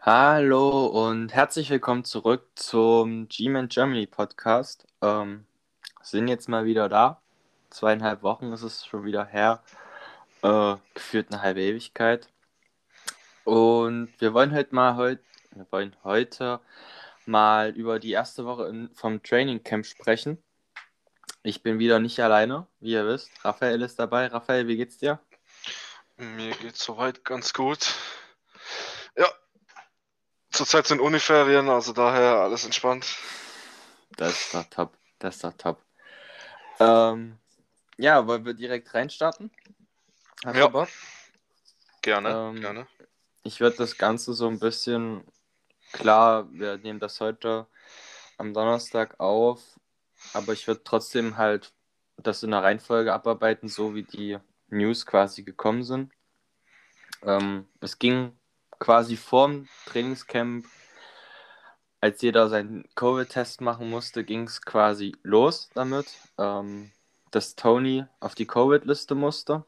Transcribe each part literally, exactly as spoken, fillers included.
Hallo und herzlich willkommen zurück zum G-Man Germany Podcast. Ähm, sind jetzt mal wieder da. Zweieinhalb Wochen ist es schon wieder her. Äh, gefühlt eine halbe Ewigkeit. Und wir wollen heute mal heute, wir wollen heute mal über die erste Woche in, vom Training Camp sprechen. Ich bin wieder nicht alleine, wie ihr wisst. Raphael ist dabei. Raphael, wie geht's dir? Mir geht's soweit ganz gut. Ja, zurzeit sind Uniferien, also daher alles entspannt. Das ist doch top. Das ist doch top. Ähm, ja, wollen wir direkt reinstarten? Hast du Ja, Bock? gerne, Ähm, gerne. Ich würde das Ganze so ein bisschen, klar, wir nehmen das heute am Donnerstag auf, aber ich würde trotzdem halt das in der Reihenfolge abarbeiten, so wie die News quasi gekommen sind. Ähm, es ging quasi vorm Trainingscamp, als jeder seinen Covid-Test machen musste, ging es quasi los damit, ähm, dass Tony auf die Covid-Liste musste.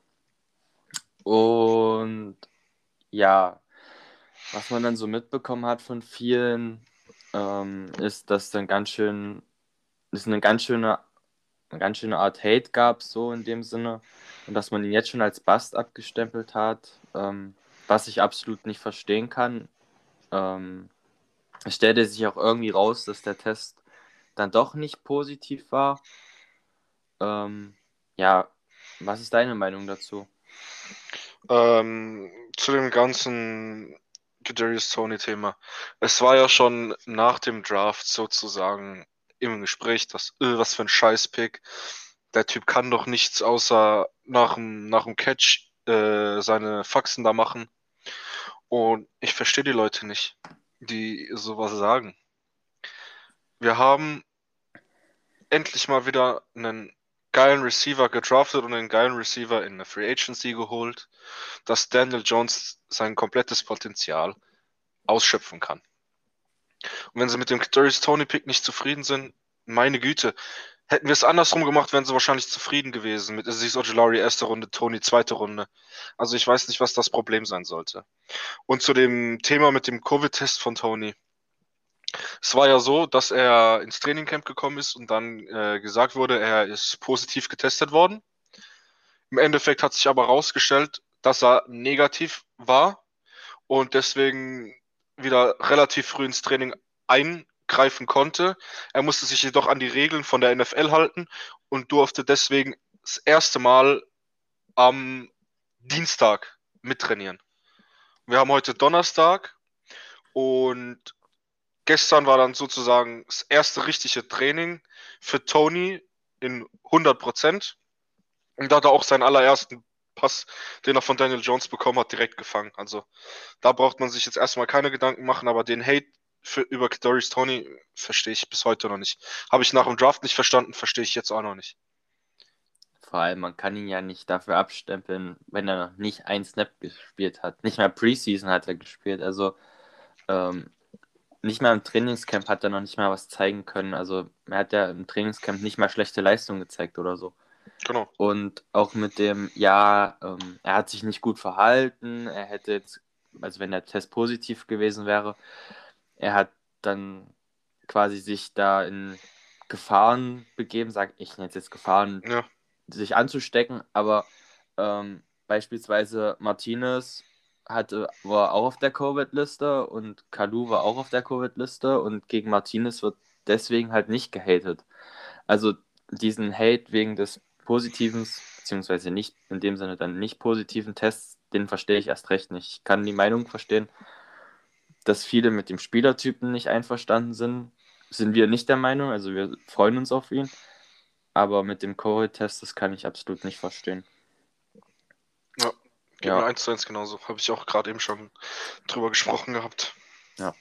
Und ja, was man dann so mitbekommen hat von vielen, ähm, ist, dass dann ganz schön, es eine ganz schöne, eine ganz schöne Art Hate gab, so in dem Sinne, und dass man ihn jetzt schon als Bast abgestempelt hat, ähm, was ich absolut nicht verstehen kann. Ähm, es stellte sich auch irgendwie raus, dass der Test dann doch nicht positiv war. Ähm, ja, was ist deine Meinung dazu? Ähm, zu dem ganzen Kadarius Toney-Thema. Es war ja schon nach dem Draft sozusagen im Gespräch, dass, äh, was für ein Scheiß-Pick. Der Typ kann doch nichts außer nach dem, nach dem Catch äh, seine Faxen da machen. Und ich verstehe die Leute nicht, die sowas sagen. Wir haben endlich mal wieder einen geilen Receiver gedraftet und einen geilen Receiver in der Free Agency geholt, dass Daniel Jones sein komplettes Potenzial ausschöpfen kann. Und wenn sie mit dem Kadarius Toney Pick nicht zufrieden sind, meine Güte, hätten wir es andersrum gemacht, wären sie wahrscheinlich zufrieden gewesen. Mit Aziz Ojulari erste Runde, Toney zweite Runde. Also ich weiß nicht, was das Problem sein sollte. Und zu dem Thema mit dem Covid-Test von Toney. Es war ja so, dass er ins Trainingcamp gekommen ist und dann äh, gesagt wurde, er ist positiv getestet worden. Im Endeffekt hat sich aber herausgestellt, dass er negativ war und deswegen wieder relativ früh ins Training eingreifen konnte. Er musste sich jedoch an die Regeln von der N F L halten und durfte deswegen das erste Mal am Dienstag mittrainieren. Wir haben heute Donnerstag und gestern war dann sozusagen das erste richtige Training für Tony in hundert Prozent. Und da hat er auch seinen allerersten Pass, den er von Daniel Jones bekommen hat, direkt gefangen. Also da braucht man sich jetzt erstmal keine Gedanken machen, aber den Hate für, über Kadarius Toney verstehe ich bis heute noch nicht. Habe ich nach dem Draft nicht verstanden, verstehe ich jetzt auch noch nicht. Vor allem, man kann ihn ja nicht dafür abstempeln, wenn er noch nicht ein Snap gespielt hat. Nicht mal Preseason hat er gespielt. Also ähm, nicht mal im Trainingscamp hat er noch nicht mal was zeigen können. Also er hat ja im Trainingscamp nicht mal schlechte Leistung gezeigt oder so. Genau. Und auch mit dem, ja, ähm, er hat sich nicht gut verhalten. Er hätte jetzt, also wenn der Test positiv gewesen wäre, er hat dann quasi sich da in Gefahren begeben, sag ich jetzt jetzt Gefahren, Ja, sich anzustecken, aber ähm, beispielsweise Martinez hatte, war auch auf der Covid-Liste und Kalu war auch auf der Covid-Liste und gegen Martinez wird deswegen halt nicht gehatet. Also diesen Hate wegen des positiven, beziehungsweise nicht in dem Sinne dann nicht positiven Tests, den verstehe ich erst recht nicht. Ich kann die Meinung verstehen, dass viele mit dem Spielertypen nicht einverstanden sind. Sind wir nicht der Meinung, also wir freuen uns auf ihn. Aber mit dem Covid-Test, das kann ich absolut nicht verstehen. ja. Geht mir Ja, eins zu eins genauso. Habe ich auch gerade eben schon drüber gesprochen gehabt. ja.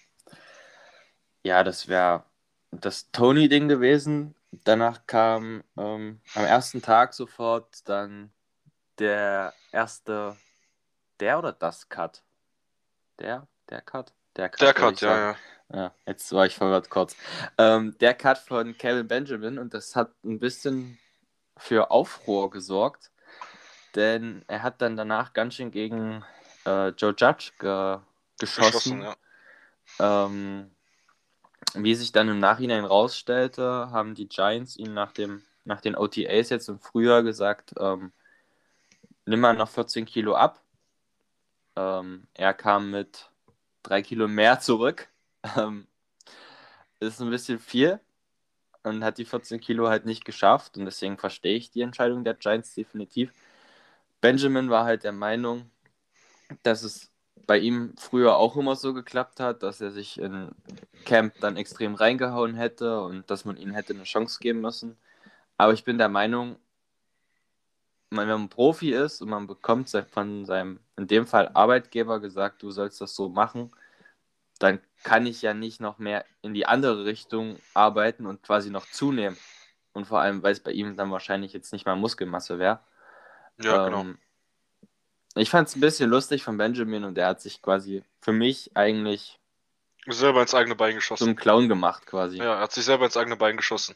Ja, das wäre das Tony-Ding gewesen. Danach kam ähm, am ersten Tag sofort dann der erste, der oder das Cut? Der? Der Cut? Der Der Cut, würde Cut, ich ja, sagen. ja. Ja, jetzt war ich verwirrt kurz. Ähm, der Cut von Kevin Benjamin und das hat ein bisschen für Aufruhr gesorgt, denn er hat dann danach ganz schön gegen äh, Joe Judge ge Geschossen, geschossen. ja. Ähm, wie sich dann im Nachhinein rausstellte, haben die Giants ihm nach, dem, nach den O T As jetzt im Frühjahr gesagt, ähm, nimm mal noch vierzehn Kilo ab. Ähm, er kam mit drei Kilo mehr zurück. Ähm, ist ein bisschen viel und hat die vierzehn Kilo halt nicht geschafft. Und deswegen verstehe ich die Entscheidung der Giants definitiv. Benjamin war halt der Meinung, dass es bei ihm früher auch immer so geklappt hat, dass er sich in Camp dann extrem reingehauen hätte und dass man ihm hätte eine Chance geben müssen. Aber ich bin der Meinung, wenn man Profi ist und man bekommt von seinem, in dem Fall Arbeitgeber gesagt, du sollst das so machen, dann kann ich ja nicht noch mehr in die andere Richtung arbeiten und quasi noch zunehmen. Und vor allem, weil es bei ihm dann wahrscheinlich jetzt nicht mal Muskelmasse wäre. Ja, genau. Ähm, ich fand es ein bisschen lustig von Benjamin und der hat sich quasi für mich eigentlich Selber ins eigene Bein geschossen. zum Clown gemacht quasi. Ja, er hat sich selber ins eigene Bein geschossen.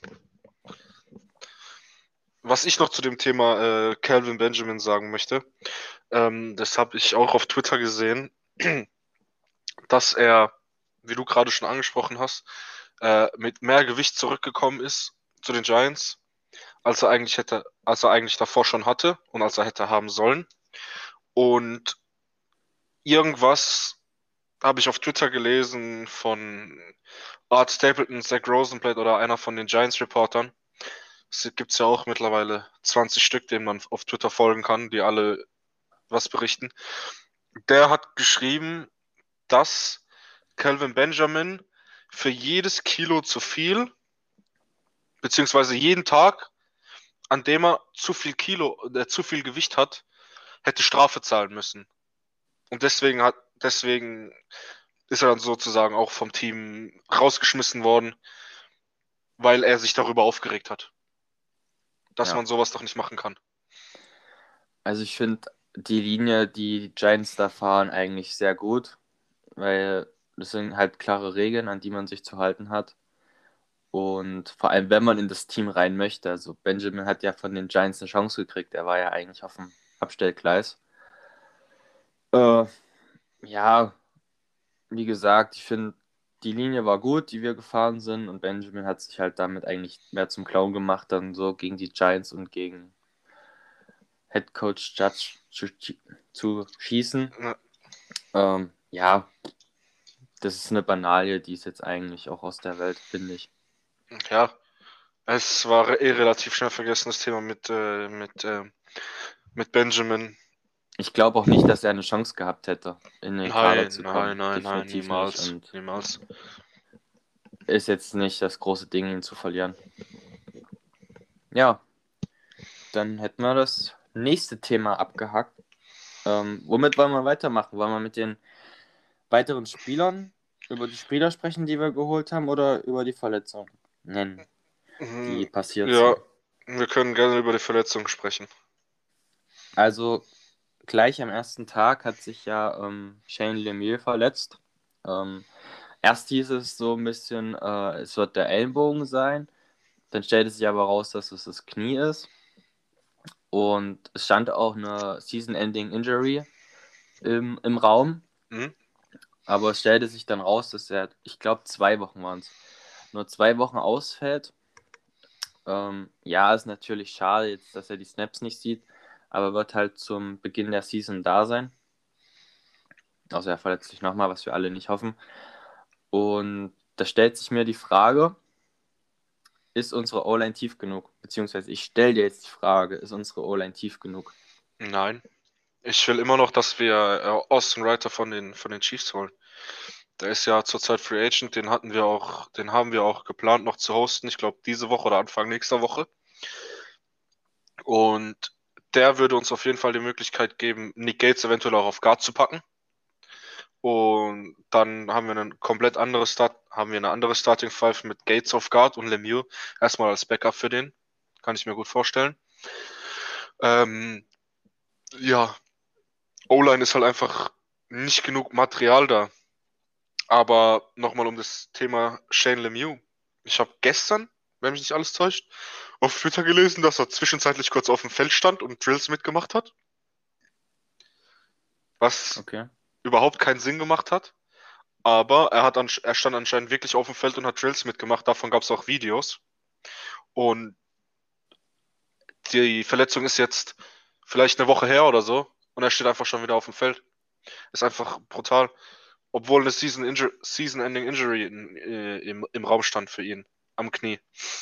Was ich noch zu dem Thema äh, Calvin Benjamin sagen möchte, ähm, das habe ich auch auf Twitter gesehen, dass er, wie du gerade schon angesprochen hast, äh, mit mehr Gewicht zurückgekommen ist zu den Giants, als er eigentlich hätte, als er eigentlich davor schon hatte und als er hätte haben sollen. Und irgendwas habe ich auf Twitter gelesen von Art Stapleton, Zach Rosenblatt oder einer von den Giants-Reportern. Es gibt ja auch mittlerweile zwanzig Stück, denen man auf Twitter folgen kann, die alle was berichten. Der hat geschrieben, dass Calvin Benjamin für jedes Kilo zu viel, beziehungsweise jeden Tag, an dem er zu viel Kilo, äh, zu viel Gewicht hat, hätte Strafe zahlen müssen. Und deswegen hat, deswegen ist er dann sozusagen auch vom Team rausgeschmissen worden, weil er sich darüber aufgeregt hat, dass Ja. man sowas doch nicht machen kann. Also ich finde die Linie, die die Giants da fahren, eigentlich sehr gut, weil das sind halt klare Regeln, an die man sich zu halten hat. Und vor allem, wenn man in das Team rein möchte. Also Benjamin hat ja von den Giants eine Chance gekriegt. Er war ja eigentlich auf dem Abstellgleis. Äh, ja, wie gesagt, ich finde, die Linie war gut, die wir gefahren sind. Und Benjamin hat sich halt damit eigentlich mehr zum Clown gemacht, dann so gegen die Giants und gegen Head Coach Judge zu, zu schießen. Ja, Ähm, ja, das ist eine Banalie, die ist jetzt eigentlich auch aus der Welt, finde ich. ja, es war eh relativ schnell vergessen, das Thema mit, äh, mit, äh, mit Benjamin. Ich glaube auch nicht, dass er eine Chance gehabt hätte, in den Kader Nein, zu nein, kommen. nein, nein, Definitiv nicht. niemals, Und niemals. ist jetzt nicht das große Ding, ihn zu verlieren. Ja, dann hätten wir das nächste Thema abgehakt. Ähm, womit wollen wir weitermachen? Wollen wir mit den weiteren Spielern über die Spieler sprechen, die wir geholt haben, oder über die Verletzungen nennen, die Mhm, passiert ja, sind? wir können gerne über die Verletzung sprechen. Also gleich am ersten Tag hat sich ja ähm, Shane Lemieux verletzt. Ähm, erst hieß es so ein bisschen, äh, es wird der Ellenbogen sein. Dann stellte sich aber raus, dass es das Knie ist. Und es stand auch eine Season-Ending Injury im, im Raum. Mhm. Aber es stellte sich dann raus, dass er, ich glaube, zwei Wochen waren es, nur zwei Wochen ausfällt. Ähm, ja, ist natürlich schade jetzt, dass er die Snaps nicht sieht, aber wird halt zum Beginn der Season da sein. Außer er verletzt sich nochmal, was wir alle nicht hoffen. Und da stellt sich mir die Frage, ist unsere O-Line tief genug? Beziehungsweise ich stelle dir jetzt die Frage, ist unsere O-Line tief genug? Nein. Ich will immer noch, dass wir äh, Austin Reiter von den, von den Chiefs holen. Der ist ja zurzeit Free Agent, den hatten wir auch, den haben wir auch geplant noch zu hosten. Ich glaube diese Woche oder Anfang nächster Woche. Und der würde uns auf jeden Fall die Möglichkeit geben, Nick Gates eventuell auch auf Guard zu packen. Und dann haben wir einen komplett anderes Start, haben wir eine andere Starting Five mit Gates auf Guard und Lemieux erstmal als Backup für den. Kann ich mir gut vorstellen. Ähm, ja, O-Line ist halt einfach nicht genug Material da. Aber nochmal um das Thema Shane Lemieux. Ich habe gestern, wenn mich nicht alles täuscht, auf Twitter gelesen, dass er zwischenzeitlich kurz auf dem Feld stand und Drills mitgemacht hat. Was Okay. überhaupt keinen Sinn gemacht hat. aber er, hat ansch- er stand anscheinend wirklich auf dem Feld und hat Drills mitgemacht. Davon gab es auch Videos. Und die Verletzung ist jetzt vielleicht eine Woche her oder so. Und er steht einfach schon wieder auf dem Feld. Ist einfach brutal. Obwohl eine Season Inju- Season-Ending Injury in, äh, im, im Raum stand für ihn. Am Knie.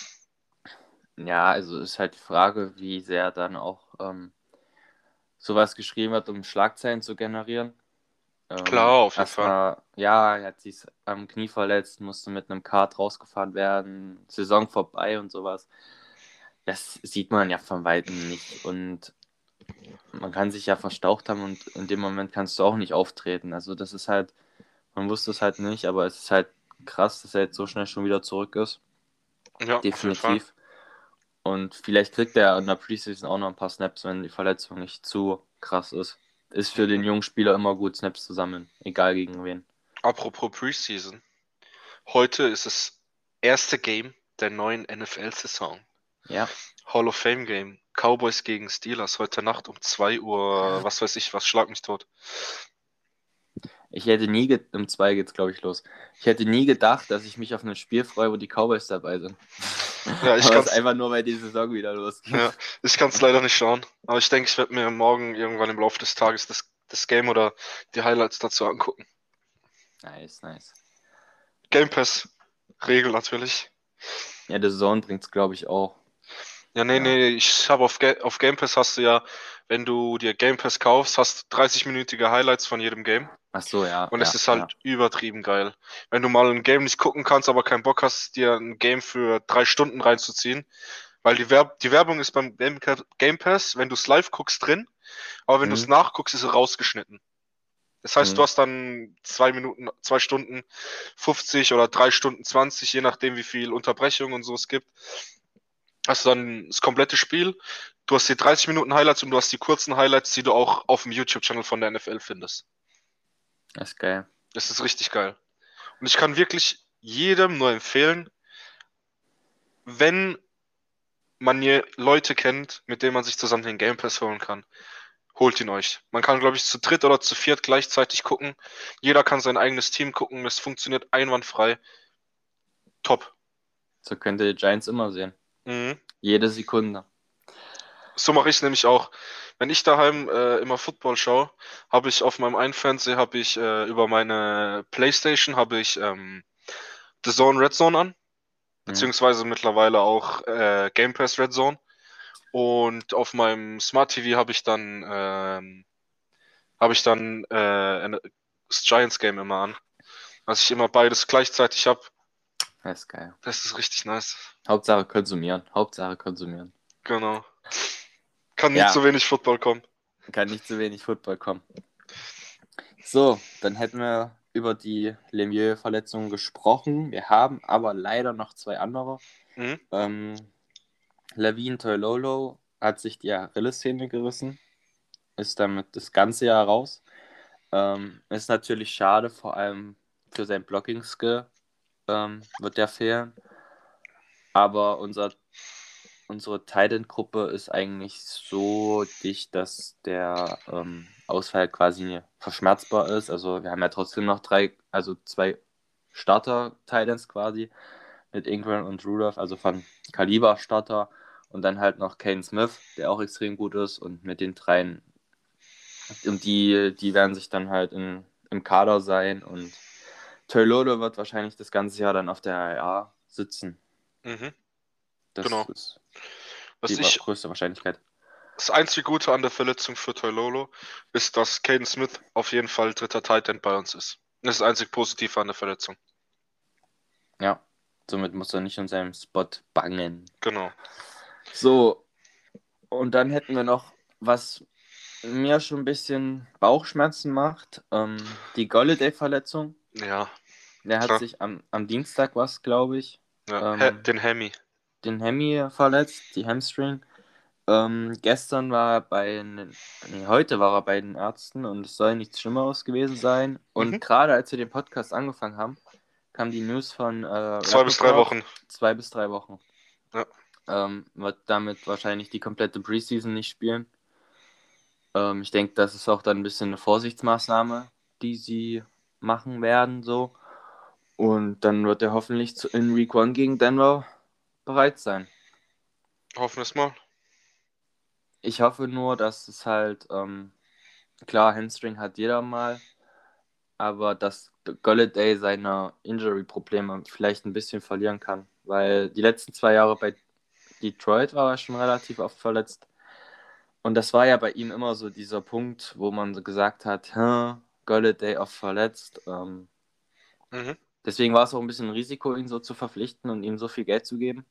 Ja, also ist halt die Frage, wie sehr dann auch ähm, sowas geschrieben wird, um Schlagzeilen zu generieren. Klar, Ähm, auf jeden Fall. erstmal, ja, er hat sich am Knie verletzt, musste mit einem Kart rausgefahren werden, Saison vorbei und sowas. Das sieht man ja von Weitem nicht. Und man kann sich ja verstaucht haben und in dem Moment kannst du auch nicht auftreten. Also das ist halt, man wusste es halt nicht, aber es ist halt krass, dass er jetzt so schnell schon wieder zurück ist. Ja, auf jeden Fall. Definitiv. Und vielleicht kriegt er in der Preseason auch noch ein paar Snaps, wenn die Verletzung nicht zu krass ist. Ist für den Mhm. jungen Spieler immer gut, Snaps zu sammeln, egal gegen wen. Apropos Preseason. Heute ist das erste Game der neuen N F L-Saison. Ja. Hall of Fame Game. Cowboys gegen Steelers heute Nacht um zwei Uhr, was weiß ich was, schlag mich tot. Ich hätte nie, ge- um zwei geht's, glaube ich, los. Ich hätte nie gedacht, dass ich mich auf ein Spiel freue, wo die Cowboys dabei sind. Ja, ich Aber es ist kann's, einfach nur, weil die Saison wieder losgeht. ja, ich kann's leider nicht schauen. Aber ich denke, ich werde mir morgen irgendwann im Laufe des Tages das, das Game oder die Highlights dazu angucken. Nice, nice. Game Pass, Regel natürlich. Ja, der Zone bringt's, glaube ich, auch. Ja, nee, Ja. nee, ich habe auf, Ga auf Game Pass hast du ja, wenn du dir Game Pass kaufst, hast dreißig-minütige Highlights von jedem Game. Ach so, ja, Und ja, es ist ja. halt übertrieben geil. Wenn du mal ein Game nicht gucken kannst, aber keinen Bock hast, dir ein Game für drei Stunden reinzuziehen, weil die, Werb die Werbung ist beim Game, Game Pass, wenn du es live guckst, drin, aber wenn du es Hm, nachguckst, ist sie rausgeschnitten. Das heißt, du hm, hast dann zwei Minuten, zwei Stunden fünfzig oder drei Stunden zwanzig, je nachdem, wie viel Unterbrechung und so es gibt. Hast du dann das komplette Spiel. Du hast die dreißig Minuten Highlights und du hast die kurzen Highlights, die du auch auf dem YouTube-Channel von der N F L findest. das ist geil. Das ist richtig geil. Und ich kann wirklich jedem nur empfehlen, wenn man hier Leute kennt, mit denen man sich zusammen den Game Pass holen kann, holt ihn euch. Man kann, glaube ich, zu dritt oder zu viert gleichzeitig gucken. Jeder kann sein eigenes Team gucken. Es funktioniert einwandfrei. Top. So könnt ihr die Giants immer sehen. Mhm. Jede Sekunde. So mache ich es nämlich auch. Wenn ich daheim äh, immer Football schaue, habe ich auf meinem einen Fernseher habe ich äh, über meine PlayStation habe ich ähm, The Zone Red Zone an, Hm. beziehungsweise mittlerweile auch äh, Game Pass Red Zone. Und auf meinem Smart T V habe ich dann ähm, habe ich dann äh, ein- das Giants Game immer an, dass ich immer beides gleichzeitig habe. Das ist geil. Das ist richtig nice. Hauptsache konsumieren. Hauptsache konsumieren. Genau. Kann nie Ja, zu wenig Football kommen. kann nicht zu wenig Football kommen. So, dann hätten wir über die Lemieux-Verletzung gesprochen. Wir haben aber leider noch zwei andere. Mhm. Ähm, Lavin Toilolo hat sich die Achillessehne gerissen, ist damit das ganze Jahr raus. Ähm, ist natürlich schade, vor allem für sein Blocking-Skill ähm, wird der fehlen. Aber unser, unsere Tight End-Gruppe ist eigentlich so dicht, dass der ähm, Ausfall quasi verschmerzbar ist. Also wir haben ja trotzdem noch drei, also zwei Starter-Tight Ends quasi mit Ingram und Rudolph, also von Kaliber Starter. Und dann halt noch Kane Smith, der auch extrem gut ist. Und mit den dreien, und die, die werden sich dann halt in, im Kader sein. Und Toilolo wird wahrscheinlich das ganze Jahr dann auf der I R sitzen. Mhm. Das Genau. ist Was die wa- ich größte Wahrscheinlichkeit. Das einzige Gute an der Verletzung für Toilolo ist, dass Caden Smith auf jeden Fall dritter Tight End bei uns ist. Das ist das einzig Positive an der Verletzung. Ja, somit muss er nicht um seinen Spot bangen. Genau. So, und dann hätten wir noch, was mir schon ein bisschen Bauchschmerzen macht, ähm, die Golladay-Verletzung. Ja, Der hat klar. sich am, am Dienstag was, glaube ich, Ja, Hä- ähm, den Hemi. den Hemi verletzt, die Hamstring. Ähm, gestern war er bei, den- nee, heute war er bei den Ärzten und es soll nichts Schlimmeres gewesen sein. Mhm. Und gerade als wir den Podcast angefangen haben, kam die News von äh, Zwei bis drei Rappaport, Wochen. zwei bis drei Wochen. Ja. Ähm, wird damit wahrscheinlich die komplette Preseason nicht spielen. Ähm, ich denke, das ist auch dann ein bisschen eine Vorsichtsmaßnahme, die sie machen werden, so. Und dann wird er hoffentlich zu, in Week One gegen Denver bereit sein. Hoffen wir es mal. Ich hoffe nur, dass es halt, ähm, klar, Hamstring hat jeder mal, aber dass Golladay seine Injury-Probleme vielleicht ein bisschen verlieren kann, weil die letzten zwei Jahre bei Detroit war er schon relativ oft verletzt. Und das war ja bei ihm immer so dieser Punkt, wo man so gesagt hat, hm, Golladay oft verletzt. Ähm, Mhm. deswegen war es auch ein bisschen ein Risiko, ihn so zu verpflichten und ihm so viel Geld zu geben.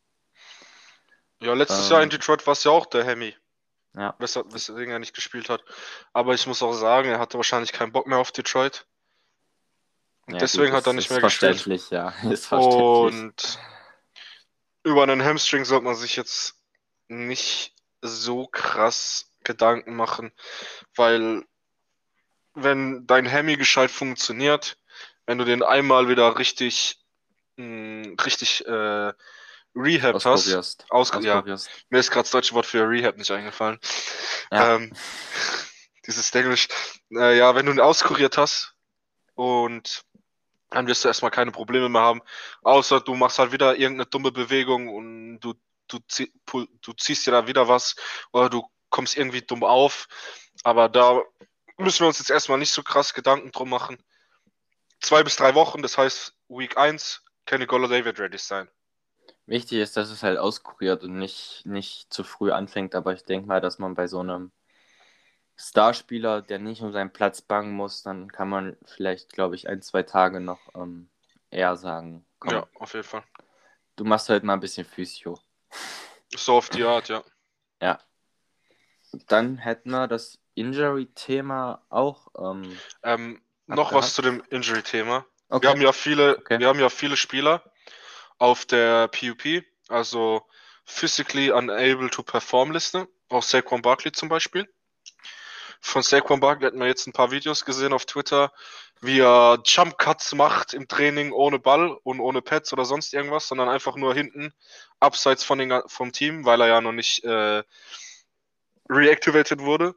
Ja, letztes Jahr in Ähm, Detroit war es ja auch der Hemi, ja, weshalb, weswegen er nicht gespielt hat. Aber ich muss auch sagen, er hatte wahrscheinlich keinen Bock mehr auf Detroit. Und ja gut, deswegen hat er das nicht ist mehr gespielt. verständlich, ja, ist verständlich. Und über einen Hamstring sollte man sich jetzt nicht so krass Gedanken machen, weil wenn dein Hemi gescheit funktioniert, wenn du den einmal wieder richtig, mh, richtig äh, rehabbed hast, Ausprobierst, ausge ja, ausprobierst. mir ist gerade das deutsche Wort für Rehab nicht eingefallen. Ja, Ähm, dieses Englisch, äh, ja, wenn du ihn auskuriert hast und dann wirst du erstmal keine Probleme mehr haben, außer du machst halt wieder irgendeine dumme Bewegung und du, du, zieh, pull, du ziehst dir da wieder was oder du kommst irgendwie dumm auf. Aber da müssen wir uns jetzt erstmal nicht so krass Gedanken drum machen. Zwei bis drei Wochen, das heißt Week eins, Kenny Golladay wird ready sein. wichtig ist, dass es halt auskuriert und nicht, nicht zu früh anfängt, aber ich denke mal, dass man bei so einem Starspieler, der nicht um seinen Platz bangen muss, dann kann man vielleicht, glaube ich, ein, zwei Tage noch ähm, eher sagen, Ja, komm, auf jeden Fall. du machst heute mal ein bisschen Physio. So auf die Art, ja. Ja, dann hätten wir das Injury-Thema auch ähm, Ähm, noch was zu abgehakt. dem Injury-Thema. Wir Okay, haben ja viele, okay. wir haben ja viele Spieler auf der P U P, also Physically Unable to Perform Liste, auch Saquon Barkley zum Beispiel. Von Saquon Barkley hatten wir jetzt ein paar Videos gesehen auf Twitter, wie er Jump Cuts macht im Training ohne Ball und ohne Pads oder sonst irgendwas, sondern einfach nur hinten, abseits von den, vom Team, weil er ja noch nicht äh, reactivated wurde.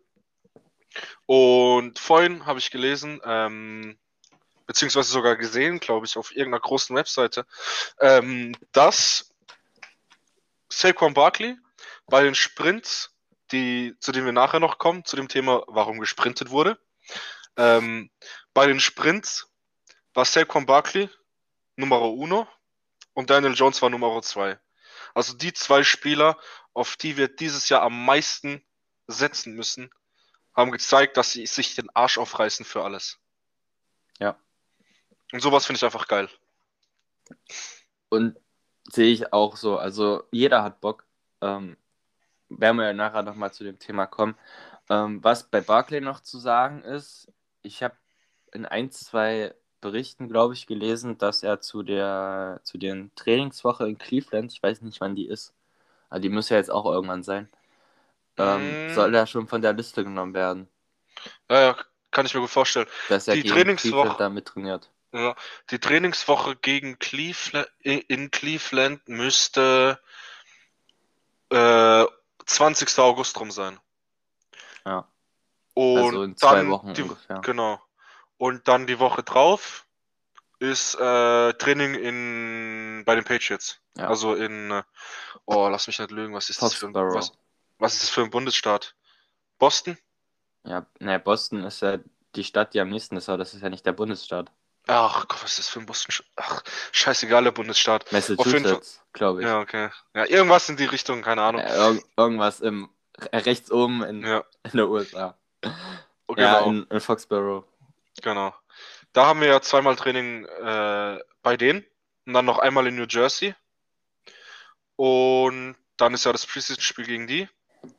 Und vorhin habe ich gelesen, ähm, beziehungsweise sogar gesehen, glaube ich, auf irgendeiner großen Webseite, ähm, dass Saquon Barkley bei den Sprints, die, zu denen wir nachher noch kommen, zu dem Thema, warum gesprintet wurde, ähm, bei den Sprints war Saquon Barkley Numero uno und Daniel Jones war Numero zwei. Also die zwei Spieler, auf die wir dieses Jahr am meisten setzen müssen, haben gezeigt, dass sie sich den Arsch aufreißen für alles. Ja, Und sowas finde ich einfach geil. und sehe ich auch so. Also jeder hat Bock. Ähm, werden wir ja nachher nochmal zu dem Thema kommen. Ähm, was bei Barclay noch zu sagen ist, ich habe in ein, zwei Berichten, glaube ich, gelesen, dass er zu der zu den Trainingswoche in Cleveland, ich weiß nicht, wann die ist, aber die muss ja jetzt auch irgendwann sein, ähm, Mm, soll er schon von der Liste genommen werden, ja, ja, kann ich mir gut vorstellen. dass er Die gegen Cleveland Trainingswoche, da mit trainiert. ja, die Trainingswoche gegen Cleveland, in Cleveland müsste äh, zwanzigster August rum sein. Ja, Und also in zwei dann Wochen die, ungefähr. genau. Und dann die Woche drauf ist äh, Training in bei den Patriots. Ja, Also in, äh, oh, lass mich nicht lügen, was ist das für ein, Foxborough. was, was ist das für ein Bundesstaat? Boston? Ja, ne, Boston ist ja die Stadt, die am nächsten ist, aber das ist ja nicht der Bundesstaat. Ach Gott, was ist das für ein Boston? Ach, scheißegal, der Bundesstaat. Auf jeden Fall. Massachusetts, glaube ich. Ja, okay. Ja, irgendwas in die Richtung, keine Ahnung. Äh, irg irgendwas im äh, rechts oben in, Ja, in der U S A. Ja, genau, in, in Foxborough. genau. Da haben wir ja zweimal Training äh, bei denen und dann noch einmal in New Jersey. Und dann ist ja das Preseason-Spiel gegen die.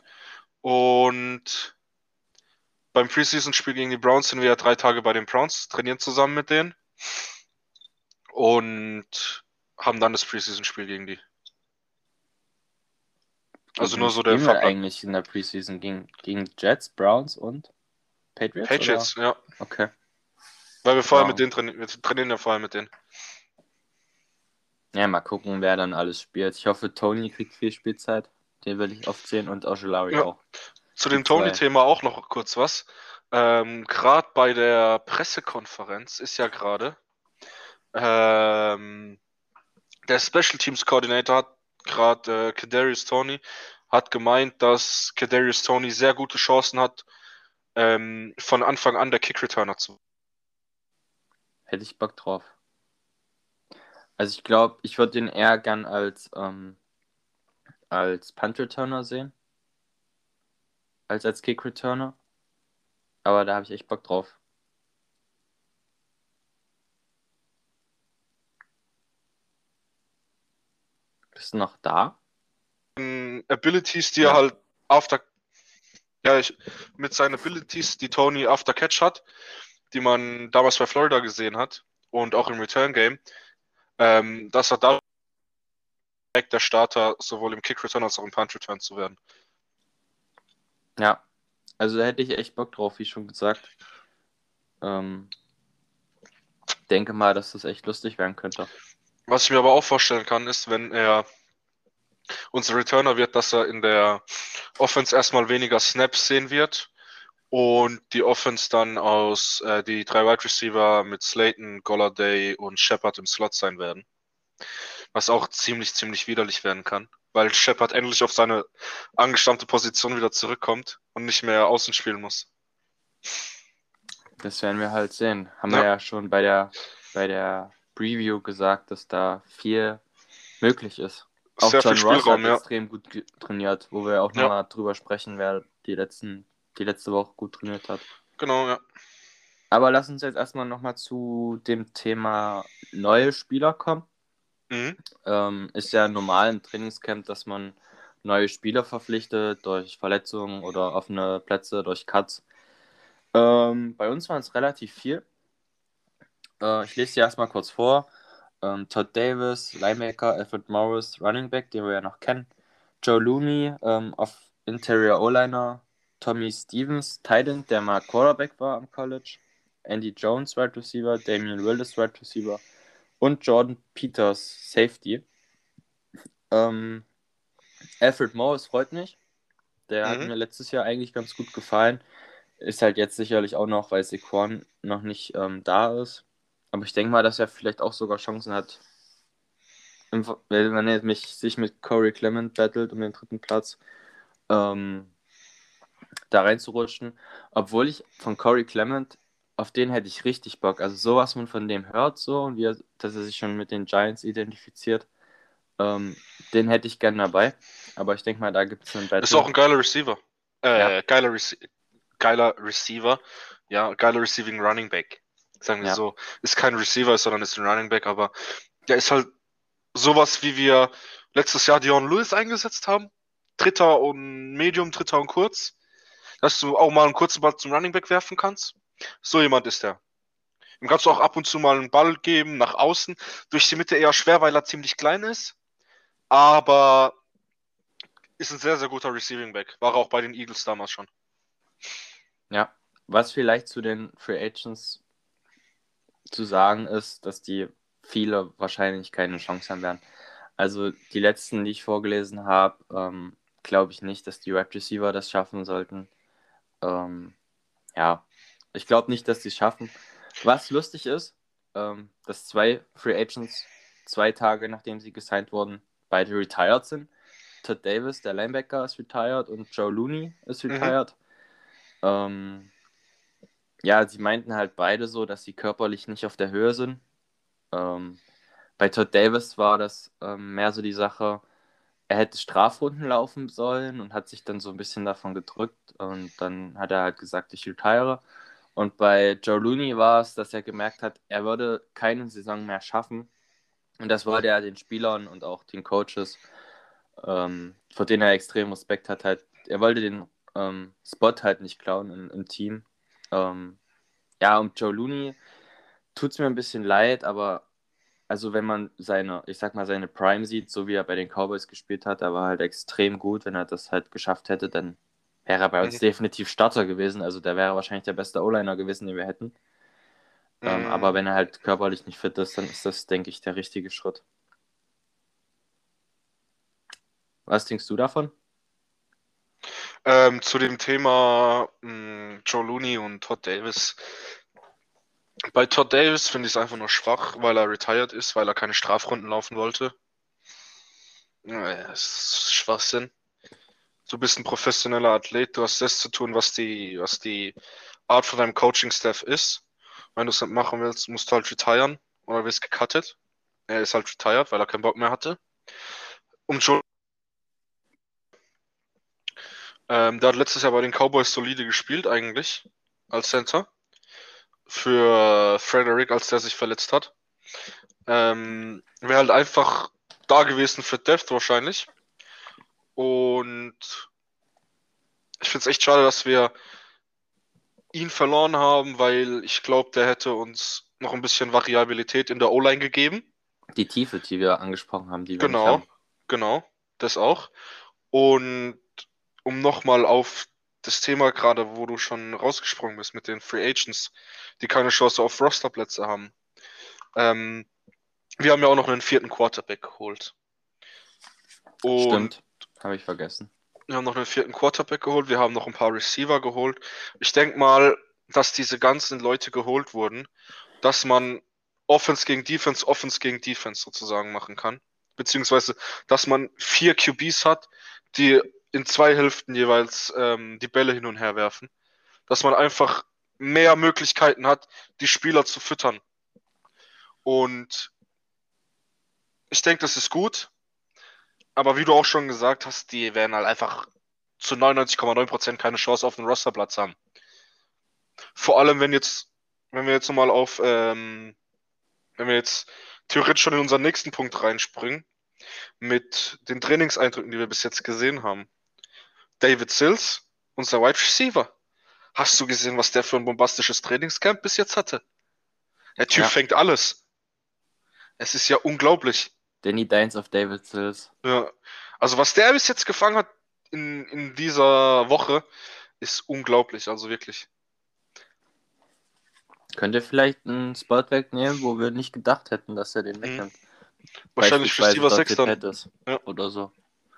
Und beim Preseason-Spiel gegen die Browns sind wir ja drei Tage bei den Browns, trainieren zusammen mit denen und haben dann das Preseason-Spiel gegen die. Also Gegen wen nur so der spielen wir Fahrplan. eigentlich in der Preseason? Gegen, gegen Jets, Browns und Patriots, oder? Patriots, ja. Okay, Weil wir vorher mit wow. denen trainieren. Wir trainieren ja vorher mit denen. Ja, mal gucken, wer dann alles spielt. Ich hoffe, Tony kriegt viel Spielzeit. Den will ich oft sehen und Ojolari Ja. auch. Zu Die dem zwei. Tony-Thema auch noch kurz was. Ähm, gerade bei der Pressekonferenz ist ja gerade ähm, der Special Teams Coordinator hat gerade äh, Kadarius Toney hat gemeint, dass Kadarius Toney sehr gute Chancen hat, ähm, von Anfang an der Kick Returner zu. Hätte ich Bock drauf. Also ich glaube, ich würde den eher gern als, ähm, als Punt-Returner sehen, als als Kick-Returner. Aber da habe ich echt Bock drauf. Bist du noch da? Ähm, Abilities, die er Ja. halt after, ja, ich, mit seinen Abilities, die Tony after Catch hat, die man damals bei Florida gesehen hat und auch im Return Game, ähm, dass er da direkt der Starter sowohl im Kick Return als auch im Punt Return zu werden. Ja. Also da hätte ich echt Bock drauf, wie schon gesagt. Ähm, denke mal, dass das echt lustig werden könnte. Was ich mir aber auch vorstellen kann, ist, wenn er unser Returner wird, dass er in der Offense erstmal weniger Snaps sehen wird und die Offense dann aus äh, die drei Wide Receiver mit Slayton, Golladay und Shepard im Slot sein werden. Was auch ziemlich, ziemlich widerlich werden kann, weil Shepard endlich auf seine angestammte Position wieder zurückkommt und nicht mehr außen spielen muss. Das werden wir halt sehen. Haben wir Ja, ja schon bei der, bei der Preview gesagt, dass da viel möglich ist. Auch sehr viel John Ross Spielraum, hat ja. extrem gut ge- trainiert, wo wir auch Ja, nochmal drüber sprechen, wer die, letzten, die letzte Woche gut trainiert hat. genau, ja. Aber lass uns jetzt erstmal nochmal zu dem Thema neue Spieler kommen. Mhm. Ähm, ist ja normal im Trainingscamp, dass man neue Spieler verpflichtet durch Verletzungen oder offene Plätze, durch Cuts. Ähm, bei uns waren es relativ viel. Äh, ich lese sie erstmal kurz vor. Ähm, Todd Davis, Linebacker, Alfred Morris, Running Back, den wir ja noch kennen. Joe Looney ähm, auf Interior O-Liner. Tommy Stevens, Tight End, der mal Quarterback war am College. Andy Jones, Wide Receiver. Damian Willis, Wide Receiver. Und Jordan Peters, Safety. Ähm, Alfred Morris freut mich. Der hat Mhm. mir letztes Jahr eigentlich ganz gut gefallen. Ist halt jetzt sicherlich auch noch, weil Saquon noch nicht ähm, da ist. Aber ich denke mal, dass er vielleicht auch sogar Chancen hat, im, wenn er mich, sich mit Corey Clement battelt um den dritten Platz, ähm, da reinzurutschen. Obwohl ich von Corey Clement, auf den hätte ich richtig Bock. Also so, was man von dem hört, so, und wie er, dass er sich schon mit den Giants identifiziert, ähm, den hätte ich gern dabei. Aber ich denke mal, da gibt es einen Ist auch Battle. ein geiler Receiver. Ja, Äh, geiler, Rece geiler Receiver. Ja, geiler Receiving Running Back. Sagen wir ja, so. Ist kein Receiver, sondern ist ein Running Back, aber der ist halt sowas, wie wir letztes Jahr Dion Lewis eingesetzt haben. Dritter und Medium, Dritter und Kurz. Dass du auch mal einen kurzen Ball zum Running Back werfen kannst. So jemand ist der. Ihm kannst du auch ab und zu mal einen Ball geben nach außen. Durch die Mitte eher schwer, weil er ziemlich klein ist. Aber ist ein sehr, sehr guter Receiving Back. War er auch bei den Eagles damals schon. ja. Was vielleicht zu den Free Agents zu sagen ist, dass die viele wahrscheinlich keine Chance haben werden. Also die letzten, die ich vorgelesen habe, ähm, glaube ich nicht, dass die Wide Receiver das schaffen sollten. Ähm, ja, ich glaube nicht, dass die es schaffen. Was lustig ist, ähm, dass zwei Free Agents zwei Tage nachdem sie gesigned wurden, beide retired sind. Todd Davis, der Linebacker, ist retired und Joe Looney ist Mhm. retired. Ähm, ja, sie meinten halt beide so, dass sie körperlich nicht auf der Höhe sind. Ähm, bei Todd Davis war das ähm, mehr so die Sache, er hätte Strafrunden laufen sollen und hat sich dann so ein bisschen davon gedrückt und dann hat er halt gesagt, ich retire. Und bei Joe Looney war es, dass er gemerkt hat, er würde keine Saison mehr schaffen. Und das wollte er den Spielern und auch den Coaches, ähm, vor denen er extrem Respekt hat, halt, er wollte den ähm, Spot halt nicht klauen im, im Team. Ähm, ja, und Joe Looney tut es mir ein bisschen leid, aber also wenn man seine, ich sag mal, seine Prime sieht, so wie er bei den Cowboys gespielt hat, er war halt extrem gut. Wenn er das halt geschafft hätte, dann wäre er bei uns Mhm. definitiv Starter gewesen. Also der wäre wahrscheinlich der beste O-Liner gewesen, den wir hätten. Ähm, aber Mhm. wenn er halt körperlich nicht fit ist, dann ist das, denke ich, der richtige Schritt. Was denkst du davon? Ähm, zu dem Thema mh, Joe Looney und Todd Davis. Bei Todd Davis finde ich es einfach nur schwach, weil er retired ist, weil er keine Strafrunden laufen wollte. Ja, das ist Schwachsinn. Du bist ein professioneller Athlet, du hast das zu tun, was die, was die Art von deinem Coaching-Staff ist. Wenn du es nicht machen willst, musst du halt retiren oder wirst gecuttet. Er ist halt retired, weil er keinen Bock mehr hatte. Um Joe, ähm, der hat letztes Jahr bei den Cowboys solide gespielt eigentlich als Center für Frederick, als der sich verletzt hat. Ähm, wäre halt einfach da gewesen für Depth wahrscheinlich. Und ich finde es echt schade, dass wir ihn verloren haben, weil ich glaube, der hätte uns noch ein bisschen Variabilität in der O-Line gegeben. Die Tiefe, die wir angesprochen haben, die wir nicht Genau, haben. genau, das auch. Und um nochmal auf das Thema gerade, wo du schon rausgesprungen bist mit den Free Agents, die keine Chance auf Rosterplätze haben. Ähm, wir haben ja auch noch einen vierten Quarterback geholt. Und Stimmt, habe ich vergessen. wir haben noch einen vierten Quarterback geholt, wir haben noch ein paar Receiver geholt. Ich denke mal, dass diese ganzen Leute geholt wurden, dass man Offense gegen Defense, Offense gegen Defense sozusagen machen kann. Beziehungsweise, dass man vier Q Bs hat, die in zwei Hälften jeweils ähm, die Bälle hin und her werfen. Dass man einfach mehr Möglichkeiten hat, die Spieler zu füttern. Und ich denke, das ist gut. Aber wie du auch schon gesagt hast, die werden halt einfach zu neunundneunzig Komma neun Prozent keine Chance auf den Rosterplatz haben. Vor allem, wenn jetzt, wenn wir jetzt nochmal auf, ähm, wenn wir jetzt theoretisch schon in unseren nächsten Punkt reinspringen, mit den Trainingseindrücken, die wir bis jetzt gesehen haben. David Sills, unser Wide Receiver. Hast du gesehen, was der für ein bombastisches Trainingscamp bis jetzt hatte? Der Typ Ja, fängt alles. Es ist ja unglaublich. Danny Dimes of David Sills. Ja. Also was der bis jetzt gefangen hat in, in dieser Woche, ist unglaublich. Also wirklich. Könnt ihr vielleicht einen Spot wegnehmen, wo wir nicht gedacht hätten, dass er den Mhm. wegnimmt? Wahrscheinlich Beispielsweise Receiver sechs Dante dann. Pettis Ja. oder so.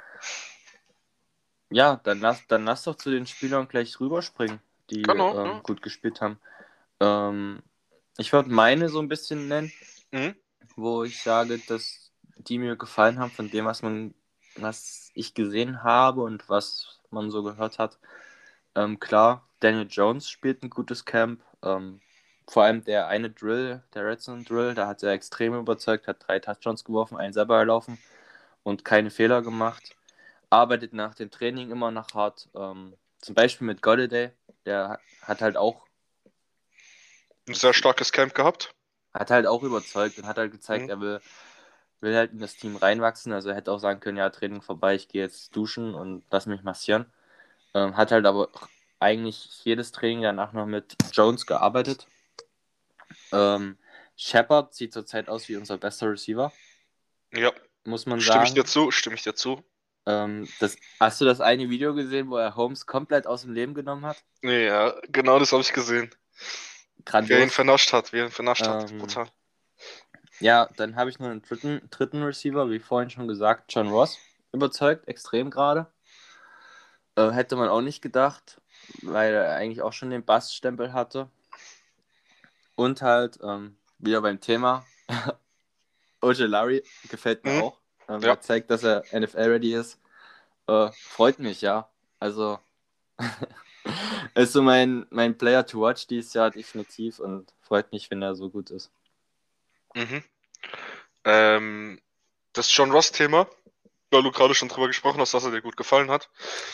Ja, dann lass, dann lass doch zu den Spielern gleich rüberspringen, die Genau. ähm, Ja. gut gespielt haben. Ähm, ich würde meine so ein bisschen nennen, Mhm. wo ich sage, dass die mir gefallen haben von dem, was man, was ich gesehen habe und was man so gehört hat. Ähm, klar, Daniel Jones spielt ein gutes Camp. Ähm, vor allem der eine Drill, der Red Zone Drill, da hat er extrem überzeugt, hat drei Touchdowns geworfen, einen selber erlaufen und keine Fehler gemacht. Arbeitet nach dem Training immer noch hart. Ähm, zum Beispiel mit Golladay, der hat halt auch Ein sehr starkes Camp gehabt. hat halt auch überzeugt und hat halt gezeigt, Mhm. er will, will halt in das Team reinwachsen. Also er hätte auch sagen können, ja, Training vorbei, ich gehe jetzt duschen und lass mich massieren. Ähm, hat halt aber eigentlich jedes Training danach noch mit Jones gearbeitet. Ähm, Shepard sieht zurzeit aus wie unser bester Receiver, Ja. muss man Stimme ich dir sagen. zu, stimme ich dir zu. Ähm, das, hast du das eine Video gesehen, wo er Holmes komplett aus dem Leben genommen hat? Ja, genau das habe ich gesehen. Wie er ihn Grandios. vernascht hat, wie er ihn vernascht hat. Ähm, Brutal. ja, dann habe ich noch einen dritten, dritten Receiver, wie vorhin schon gesagt, John Ross. Überzeugt, extrem gerade. Äh, hätte man auch nicht gedacht, weil er eigentlich auch schon den Bass-Stempel hatte. Und halt, ähm, wieder beim Thema, Ojolari gefällt mir Mhm. auch. Ähm, Ja. er zeigt, dass er N F L-ready ist. Äh, freut mich, ja. Also, ist so mein, mein Player to watch dieses Jahr definitiv und freut mich, wenn er so gut ist. Mhm. Ähm, das John Ross-Thema, weil du gerade schon drüber gesprochen hast, dass er dir gut gefallen hat.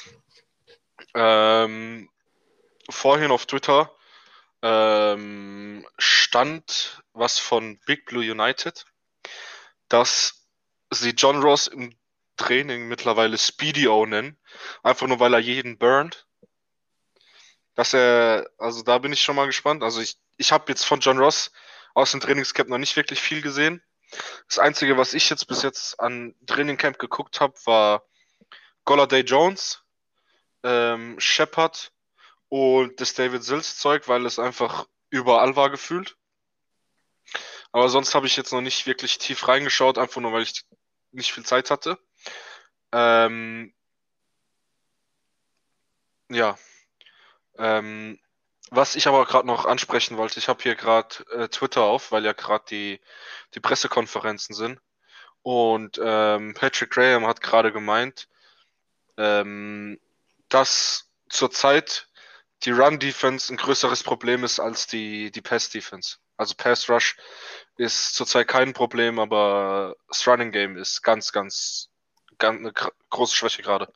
Ähm, vorhin auf Twitter ähm, stand was von Big Blue United, dass sie John Ross im Training mittlerweile Speedy-O nennen. Einfach nur, weil er jeden burnt. Dass er, also da bin ich schon mal gespannt. Also ich, ich habe jetzt von John Ross aus dem Trainingscamp noch nicht wirklich viel gesehen. Das Einzige, was ich jetzt bis jetzt an Trainingcamp geguckt habe, war Golladay Jones, ähm, Shepard und das David Sills Zeug, weil es einfach überall war gefühlt. Aber sonst habe ich jetzt noch nicht wirklich tief reingeschaut, einfach nur, weil ich nicht viel Zeit hatte. Ähm, Ja. Ähm, was ich aber gerade noch ansprechen wollte, ich habe hier gerade äh, Twitter auf, weil ja gerade die, die Pressekonferenzen sind. Und ähm, Patrick Graham hat gerade gemeint, ähm, dass zurzeit die Run-Defense ein größeres Problem ist als die, die Pass-Defense. Also Pass-Rush ist zurzeit kein Problem, aber das Running-Game ist ganz, ganz, ganz eine gr- große Schwäche gerade.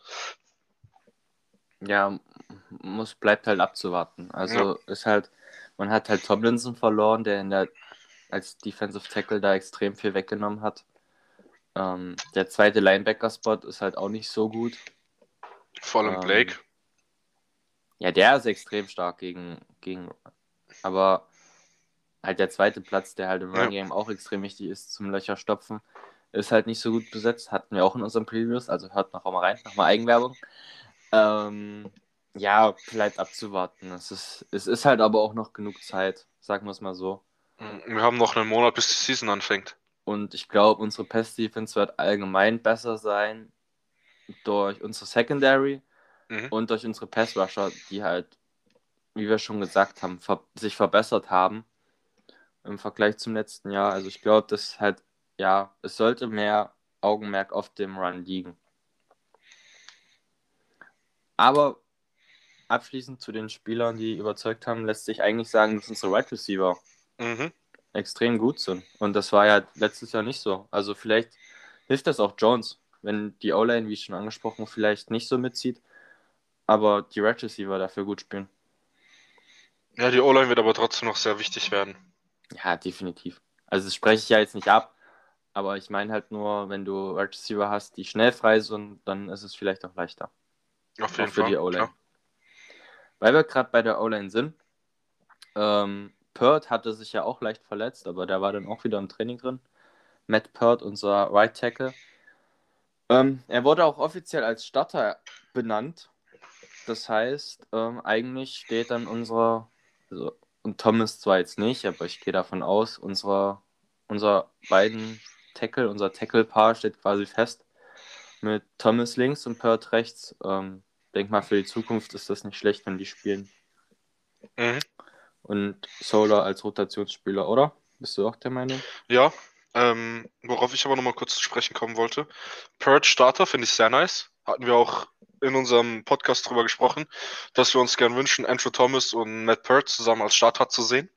Ja, muss, bleibt halt abzuwarten. Ja, Also ist halt, man hat halt Tomlinson verloren, der in der als Defensive Tackle da extrem viel weggenommen hat. Ähm, der zweite Linebacker-Spot ist halt auch nicht so gut. vor allem Blake. Ähm, ja, der ist extrem stark gegen, gegen, aber halt der zweite Platz, der halt im Ja. Run-Game auch extrem wichtig ist zum Löcher stopfen, ist halt nicht so gut besetzt. Hatten wir auch in unseren Previews, also hört noch mal rein, nochmal Eigenwerbung. Ähm, ja, bleibt abzuwarten. Es ist, es ist halt aber auch noch genug Zeit, sagen wir es mal so. Wir haben noch einen Monat, bis die Season anfängt. Und ich glaube, unsere Pass-Defense wird allgemein besser sein durch unsere Secondary Mhm. und durch unsere Pass-Rusher, die halt, wie wir schon gesagt haben, ver sich verbessert haben im Vergleich zum letzten Jahr. Also ich glaube, dass halt, ja, es sollte mehr Augenmerk auf dem Run liegen. Aber abschließend zu den Spielern, die überzeugt haben, lässt sich eigentlich sagen, dass unsere Wide Receiver Mhm. extrem gut sind. Und das war ja letztes Jahr nicht so. Also vielleicht hilft das auch Jones, wenn die O-Line, wie schon angesprochen, vielleicht nicht so mitzieht, aber die Wide Receiver dafür gut spielen. Ja, die O-Line wird aber trotzdem noch sehr wichtig werden. Ja, definitiv. Also das spreche ich ja jetzt nicht ab, aber ich meine halt nur, wenn du Wide Receiver hast, die schnell frei sind, dann ist es vielleicht auch leichter. Auf Auch jeden für Fall, die O-Line. klar. Weil wir gerade bei der O-Line sind, ähm, Pert hatte sich ja auch leicht verletzt, aber der war dann auch wieder im Training drin. Matt Pert, unser Right Tackle. Ähm, er wurde auch offiziell als Starter benannt. Das heißt, ähm, eigentlich steht dann unserer, also, und Thomas zwar jetzt nicht, aber ich gehe davon aus, unserer, unser beiden Tackle, unser Tackle-Paar steht quasi fest mit Thomas links und Pert rechts. Ähm, denk mal, für die Zukunft ist das nicht schlecht, wenn die spielen. Mhm. Und Solar als Rotationsspieler, oder? Bist du auch der Meinung? Ja, ähm, worauf ich aber nochmal kurz zu sprechen kommen wollte. Purge Starter finde ich sehr nice. Hatten wir auch in unserem Podcast drüber gesprochen, dass wir uns gern wünschen, Andrew Thomas und Matt Purge zusammen als Starter zu sehen.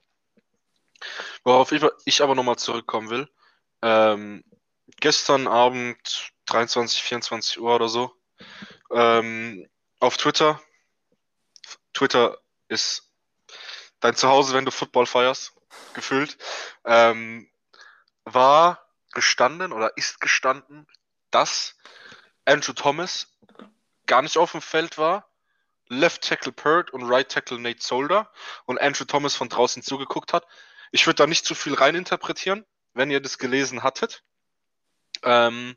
Worauf ich, ich aber nochmal zurückkommen will. Ähm, gestern Abend dreiundzwanzig, vierundzwanzig Uhr oder so, ähm, auf Twitter. Twitter ist dein Zuhause, wenn du Football feierst, gefühlt. Ähm, war gestanden oder ist gestanden, dass Andrew Thomas gar nicht auf dem Feld war, Left Tackle Pert und Right Tackle Nate Solder und Andrew Thomas von draußen zugeguckt hat. Ich würde da nicht zu viel reininterpretieren, wenn ihr das gelesen hattet. Ähm,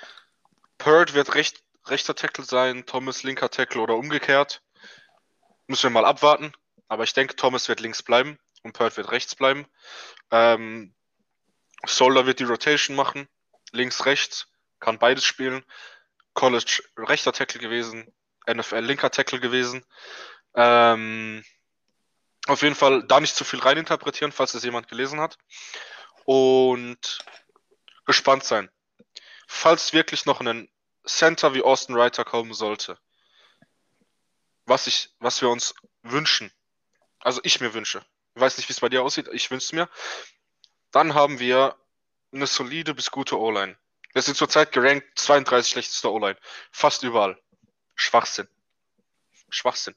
Pert wird recht, rechter Tackle sein, Thomas linker Tackle oder umgekehrt. Müssen wir mal abwarten. Aber ich denke, Thomas wird links bleiben und Pert wird rechts bleiben. Ähm, Solder wird die Rotation machen. Links, rechts. Kann beides spielen. College rechter Tackle gewesen. N F L linker Tackle gewesen. Ähm, auf jeden Fall da nicht zu viel reininterpretieren, falls es jemand gelesen hat. Und gespannt sein. Falls wirklich noch ein Center wie Austin Reiter kommen sollte, was, ich, was wir uns wünschen, also ich mir wünsche, ich weiß nicht, wie es bei dir aussieht, ich wünsche es mir, dann haben wir eine solide bis gute O-Line. Wir sind zurzeit gerankt zweiunddreißig schlechteste O-Line. Fast überall. Schwachsinn. Schwachsinn.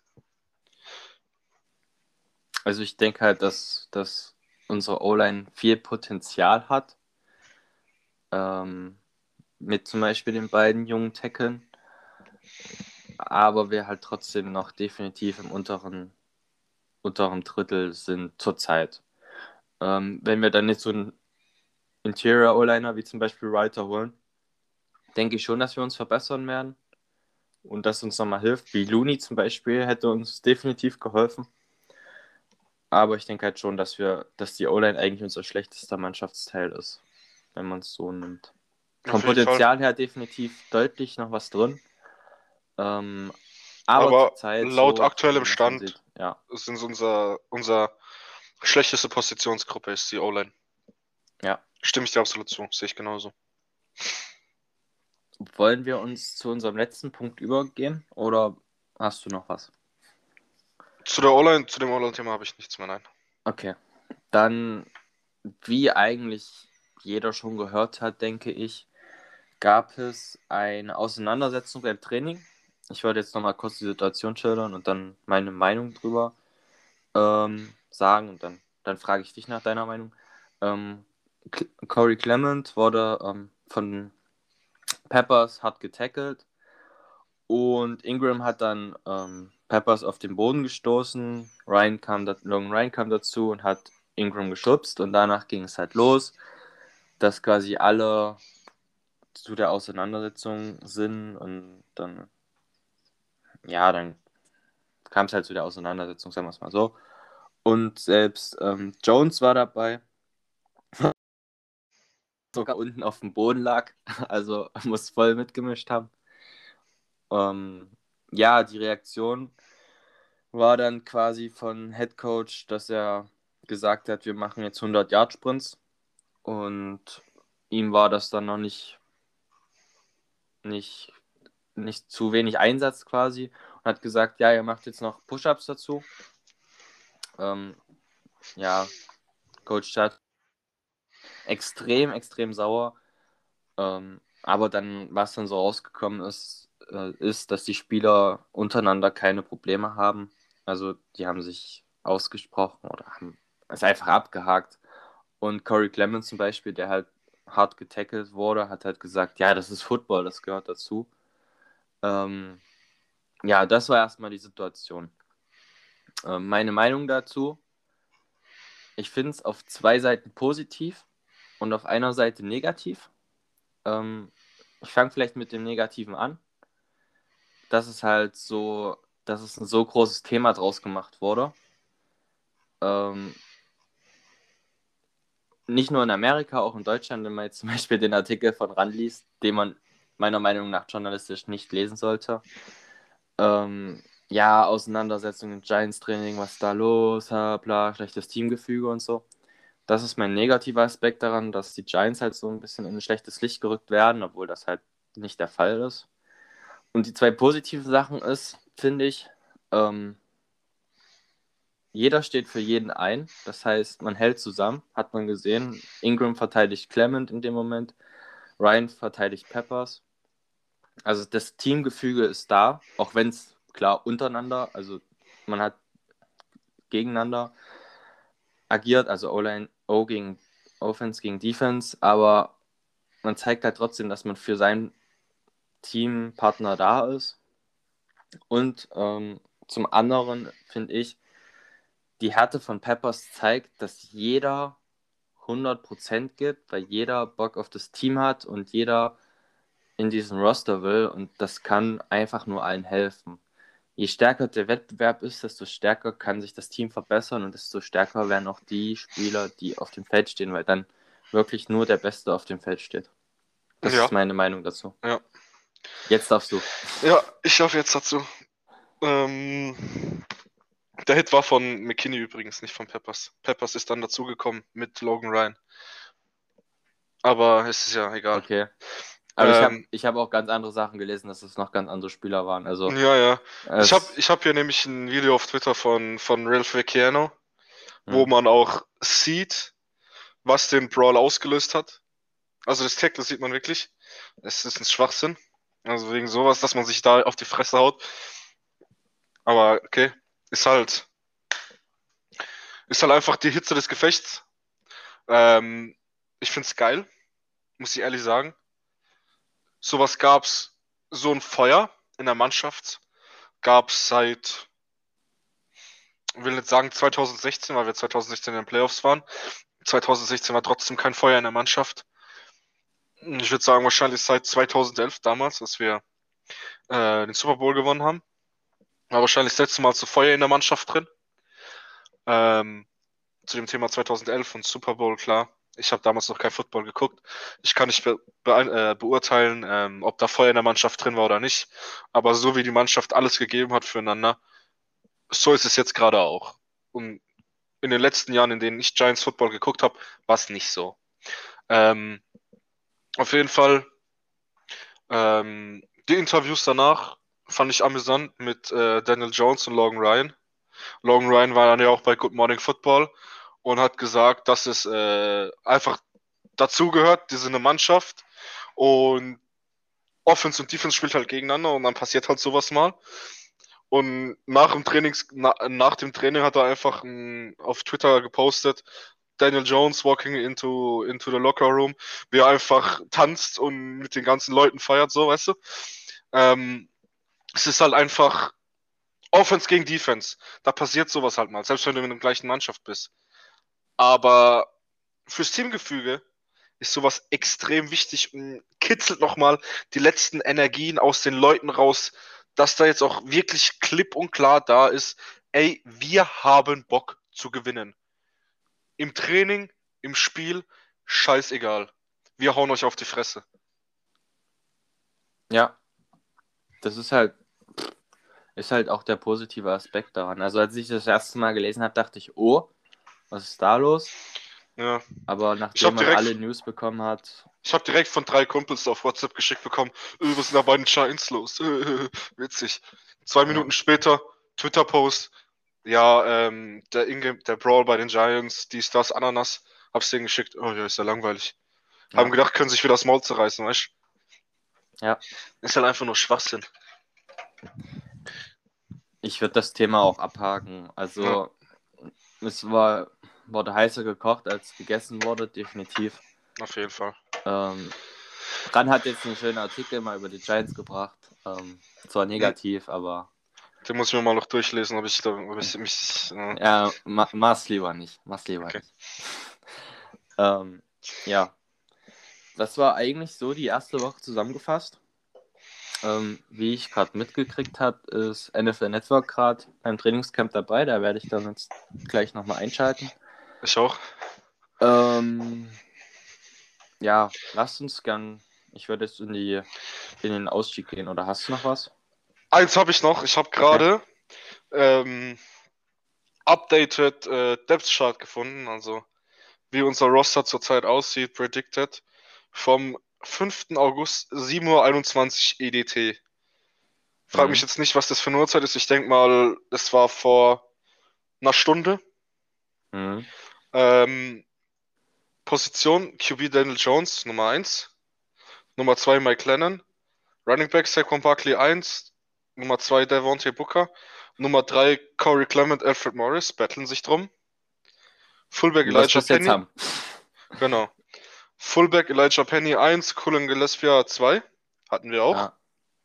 Also ich denke halt, dass, dass unsere O-Line viel Potenzial hat. Ähm, mit zum Beispiel den beiden jungen Tackeln. Aber wir halt trotzdem noch definitiv im unteren, unteren Drittel sind zurzeit. Ähm, wenn wir dann jetzt so einen Interior O-Liner wie zum Beispiel Reiter holen, denke ich schon, dass wir uns verbessern werden und dass uns nochmal hilft. Wie Looney zum Beispiel hätte uns definitiv geholfen. Aber ich denke halt schon, dass wir, dass die O-Line eigentlich unser schlechtester Mannschaftsteil ist, wenn man es so nimmt. Vom Auf jeden Fall. Potenzial her definitiv deutlich noch was drin. Ähm, Aber, Aber zurzeit laut so, aktuellem wie man schon Stand sieht, ja. sind unser, unser schlechteste Positionsgruppe ist die O-Line. Ja. Stimme ich dir absolut zu, sehe ich genauso. Wollen wir uns zu unserem letzten Punkt übergehen oder hast du noch was? Zu der O-Line, zu dem O-Line-Thema habe ich nichts mehr, nein. Okay. Dann, wie eigentlich jeder schon gehört hat, denke ich, gab es eine Auseinandersetzung beim Training. Ich wollte jetzt nochmal kurz die Situation schildern und dann meine Meinung drüber ähm, sagen und dann, dann frage ich dich nach deiner Meinung. Ähm, Corey Clement wurde ähm, von Peppers hart getackelt und Ingram hat dann ähm, Peppers auf den Boden gestoßen. Ryan kam da, Logan Ryan kam dazu und hat Ingram geschubst und danach ging es halt los, dass quasi alle zu der Auseinandersetzung sind und dann, ja, dann kam es halt zu der Auseinandersetzung, sagen wir es mal so. Und selbst ähm, Jones war dabei, sogar unten auf dem Boden lag, also muss voll mitgemischt haben. Ähm, ja, die Reaktion war dann quasi von Head Coach, dass er gesagt hat, wir machen jetzt hundert Yard Sprints und ihm war das dann noch nicht, nicht, nicht zu wenig Einsatz quasi und hat gesagt, ja, ihr macht jetzt noch Push-Ups dazu. Ähm, ja, Coach Chad extrem, extrem sauer. Ähm, aber dann, was dann so rausgekommen ist, äh, ist, dass die Spieler untereinander keine Probleme haben. Also die haben sich ausgesprochen oder haben es einfach abgehakt. Und Corey Clemens zum Beispiel, der halt hart getackelt wurde, hat halt gesagt, ja, das ist Football, das gehört dazu. Ähm, ja, das war erstmal die Situation. Ähm, meine Meinung dazu, ich finde es auf zwei Seiten positiv und auf einer Seite negativ. Ähm, ich fange vielleicht mit dem Negativen an. Dass es halt so, dass es ein so großes Thema draus gemacht wurde. Ähm, nicht nur in Amerika, auch in Deutschland, wenn man jetzt zum Beispiel den Artikel von RAN liest, den man meiner Meinung nach journalistisch nicht lesen sollte. Ähm, ja, Auseinandersetzungen im Giants-Training, was ist da los, bla, schlechtes Teamgefüge und so. Das ist mein negativer Aspekt daran, dass die Giants halt so ein bisschen in ein schlechtes Licht gerückt werden, obwohl das halt nicht der Fall ist. Und die zwei positiven Sachen ist, finde ich, ähm, jeder steht für jeden ein. Das heißt, man hält zusammen, hat man gesehen. Ingram verteidigt Clement in dem Moment. Ryan verteidigt Peppers. Also das Teamgefüge ist da, auch wenn es klar untereinander, also man hat gegeneinander agiert, also O-Line, O gegen Offense gegen Defense, aber man zeigt halt trotzdem, dass man für seinen Teampartner da ist. Und ähm, zum anderen finde ich, die Härte von Peppers zeigt, dass jeder hundert Prozent gibt, weil jeder Bock auf das Team hat und jeder in diesen Roster will und das kann einfach nur allen helfen. Je stärker der Wettbewerb ist, desto stärker kann sich das Team verbessern und desto stärker werden auch die Spieler, die auf dem Feld stehen, weil dann wirklich nur der Beste auf dem Feld steht. Das Ja, ist meine Meinung dazu. ja. Jetzt darfst du. Ja, ich darf jetzt dazu. Ähm, der Hit war von McKinney übrigens, nicht von Peppers. Peppers ist dann dazugekommen mit Logan Ryan. Aber es ist ja egal. Okay. Aber ich habe Ähm, ich hab auch ganz andere Sachen gelesen, dass es noch ganz andere Spieler waren. Also ja, ja. Ich habe es, ich hab hier nämlich ein Video auf Twitter von, von Ralph Vecchiano, wo hm, man auch sieht, was den Brawl ausgelöst hat. Also das Tackle sieht man wirklich. Es ist ein Schwachsinn. Also wegen sowas, dass man sich da auf die Fresse haut. Aber okay, ist halt, ist halt einfach die Hitze des Gefechts. Ähm, ich find's geil, muss ich ehrlich sagen. Sowas gab's, so ein Feuer in der Mannschaft gab's seit, ich will nicht sagen zwanzig sechzehn, weil wir zwanzig sechzehn in den Playoffs waren. zwanzig sechzehn war trotzdem kein Feuer in der Mannschaft. Ich würde sagen, wahrscheinlich seit zwanzig elf damals, als wir äh, den Super Bowl gewonnen haben. War wahrscheinlich das letzte Mal so Feuer in der Mannschaft drin. Ähm, zu dem Thema zwanzig elf und Super Bowl, klar. Ich habe damals noch kein Football geguckt. Ich kann nicht be be äh, beurteilen, ähm, ob da Feuer in der Mannschaft drin war oder nicht. Aber so wie die Mannschaft alles gegeben hat füreinander, so ist es jetzt gerade auch. Und in den letzten Jahren, in denen ich Giants Football geguckt habe, war es nicht so. Ähm, auf jeden Fall, ähm, die Interviews danach fand ich amüsant mit äh, Daniel Jones und Logan Ryan. Logan Ryan war dann ja auch bei Good Morning Football und hat gesagt, dass es äh, einfach dazugehört, die sind eine Mannschaft und Offense und Defense spielt halt gegeneinander und dann passiert halt sowas mal. Und nach dem Trainings, na, nach dem Training hat er einfach m, auf Twitter gepostet, Daniel Jones walking into, into the locker room, wie er einfach tanzt und mit den ganzen Leuten feiert, so, weißt du. Ähm, es ist halt einfach Offense gegen Defense. Da passiert sowas halt mal, selbst wenn du in der gleichen Mannschaft bist. Aber fürs Teamgefüge ist sowas extrem wichtig und kitzelt nochmal die letzten Energien aus den Leuten raus, dass da jetzt auch wirklich klipp und klar da ist, ey, wir haben Bock zu gewinnen. Im Training, im Spiel, scheißegal. Wir hauen euch auf die Fresse. Ja, das ist halt, ist halt auch der positive Aspekt daran. Also als ich das erste Mal gelesen habe, dachte ich, oh, was ist da los? Ja. Aber Ich nachdem habe man direkt, alle News bekommen hat, ich hab direkt von drei Kumpels auf WhatsApp geschickt bekommen, äh, was ist denn da bei den Giants los? Witzig. Zwei ja, Minuten später, Twitter-Post, ja, ähm, der, Ingame, der Brawl bei den Giants, dies, das, Ananas, hab's denen geschickt. Oh ja, ist ja langweilig. Haben ja, gedacht, können sich wieder das Maul zerreißen, weißt ja. du? Ist halt einfach nur Schwachsinn. Ich würde das Thema auch abhaken. Ja, Also es war, wurde heißer gekocht, als gegessen wurde, definitiv. auf jeden Fall. Ähm, Ran hat jetzt einen schönen Artikel mal über die Giants gebracht. Ähm, zwar Hm, negativ, aber den muss ich mir mal noch durchlesen, ob ich, da, ob ich mich. Äh, ja, ma mach's lieber nicht. Mach's lieber okay. nicht. ähm, ja, das war eigentlich so die erste Woche zusammengefasst. Ähm, wie ich gerade mitgekriegt habe, ist N F L Network gerade beim Trainingscamp dabei. Da werde ich dann jetzt gleich nochmal einschalten. Ich auch. Ähm, ja, lasst uns gern. Ich würde jetzt in die in den Ausstieg gehen. Oder hast du noch was? Eins habe ich noch. Ich habe Okay. gerade ähm, updated äh, Depth Chart gefunden, also wie unser Roster zurzeit aussieht, predicted, vom fünften August, sieben Uhr einundzwanzig E D T. Frag mich Mhm. jetzt nicht, was das für eine Uhrzeit ist. Ich denke mal, es war vor einer Stunde. Mhm. Ähm, Position Q B Daniel Jones, Nummer eins. Nummer zwei Mike Lennon. Running Back Saquon Barkley eins. Nummer zwei Devontae Booker. Nummer drei Corey Clement, Alfred Morris, battlen sich drum. Fullback Wie wir es Elijah bis jetzt Penny. haben. Genau. Fullback Elijah Penny eins, Cullen Gillespie zwei. Hatten wir auch. Ja.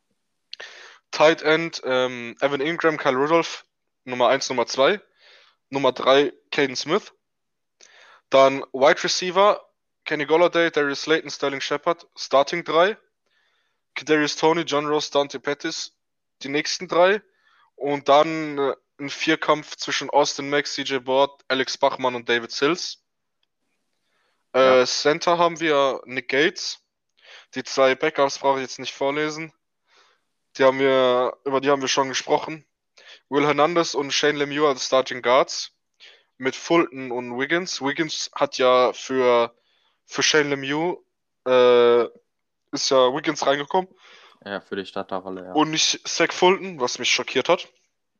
Tight End ähm, Evan Ingram, Kyle Rudolph, Nummer eins, Nummer zwei. Nummer drei Caden Smith. Dann Wide Receiver Kenny Golladay, Darius Slayton, Sterling Shepard, Starting drei. Kadarius Toney, John Ross, Dante Pettis, die nächsten drei. Und dann äh, ein Vierkampf zwischen Austin Mack, C J Board, Alex Bachmann und David Sills. Äh, Ja. Center haben wir Nick Gates. Die zwei Backups brauche ich jetzt nicht vorlesen. Die haben wir, über die haben wir schon gesprochen. Will Hernandez und Shane Lemieux als Starting Guards. Mit Fulton und Wiggins. Wiggins hat ja für, für Shane Lemieux äh, ist ja Wiggins reingekommen. Ja, für die Starterrolle, ja. Und nicht Zach Fulton, was mich schockiert hat.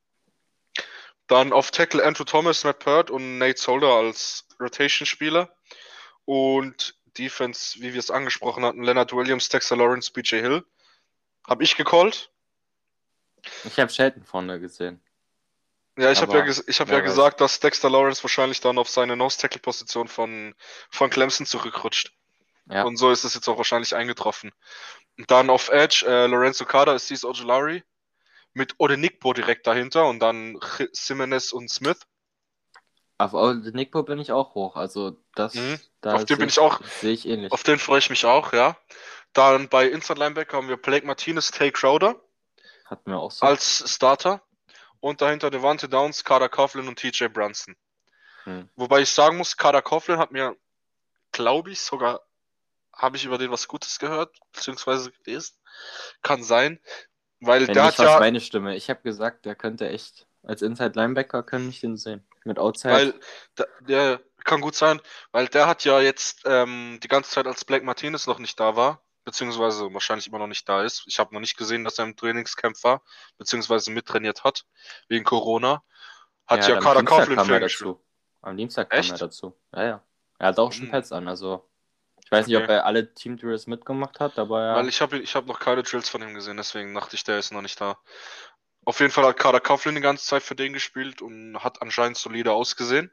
Dann auf Tackle Andrew Thomas, Matt Peart und Nate Solder als Rotation-Spieler. Und Defense, wie wir es angesprochen hatten, Leonard Williams, Dexter Lawrence, B J Hill. Habe ich gecallt. Ich habe Shelton vorne gesehen. Ja, ich habe ja, Aber ges ich hab ja wer weiß. gesagt, dass Dexter Lawrence wahrscheinlich dann auf seine Nose-Tackle-Position von, von Clemson zurückrutscht. Ja. Und so ist es jetzt auch wahrscheinlich eingetroffen. Und dann auf Edge, äh, Lorenzo Carter, Aziz Ojulari mit Odenigbo direkt dahinter und dann Jimenez und Smith. Auf Nickbo bin ich auch hoch. Also Mhm. das, Auf da den sehe bin ich ich, auch, sehe ich auf ähnlich. den freue ich mich auch, ja. Dann bei Inside Linebacker haben wir Blake Martinez, Tay Crowder Hatten wir auch so. als Starter und dahinter Devante Downs, Carter Coughlin und T J Brunson. Hm. Wobei ich sagen muss, Carter Coughlin hat mir glaube ich, sogar habe ich über den was Gutes gehört, beziehungsweise gelesen. Kann sein, weil Wenn der nicht, hat was ja, meine Stimme. Ich habe gesagt, der könnte echt, als Inside Linebacker kann ich den sehen. Mit Outside. weil der, der kann gut sein, weil der hat ja jetzt ähm, die ganze Zeit, als Blake Martinez noch nicht da war, beziehungsweise wahrscheinlich immer noch nicht da ist. Ich habe noch nicht gesehen, dass er im Trainingscamp war, beziehungsweise mittrainiert hat, wegen Corona. Hat Er hat ja am Kader Dienstag Coughlin kam für er ihn gespielt. dazu. Am Dienstag kam er Echt? dazu. Ja, ja. Er hat auch schon Hm, Pads an. Also, ich weiß nicht, ob okay. er alle Team-Drills mitgemacht hat, aber Weil ja. ich habe ich hab noch keine Drills von ihm gesehen, deswegen dachte ich, der ist noch nicht da. Auf jeden Fall hat Kader Coughlin die ganze Zeit für den gespielt und hat anscheinend solide ausgesehen.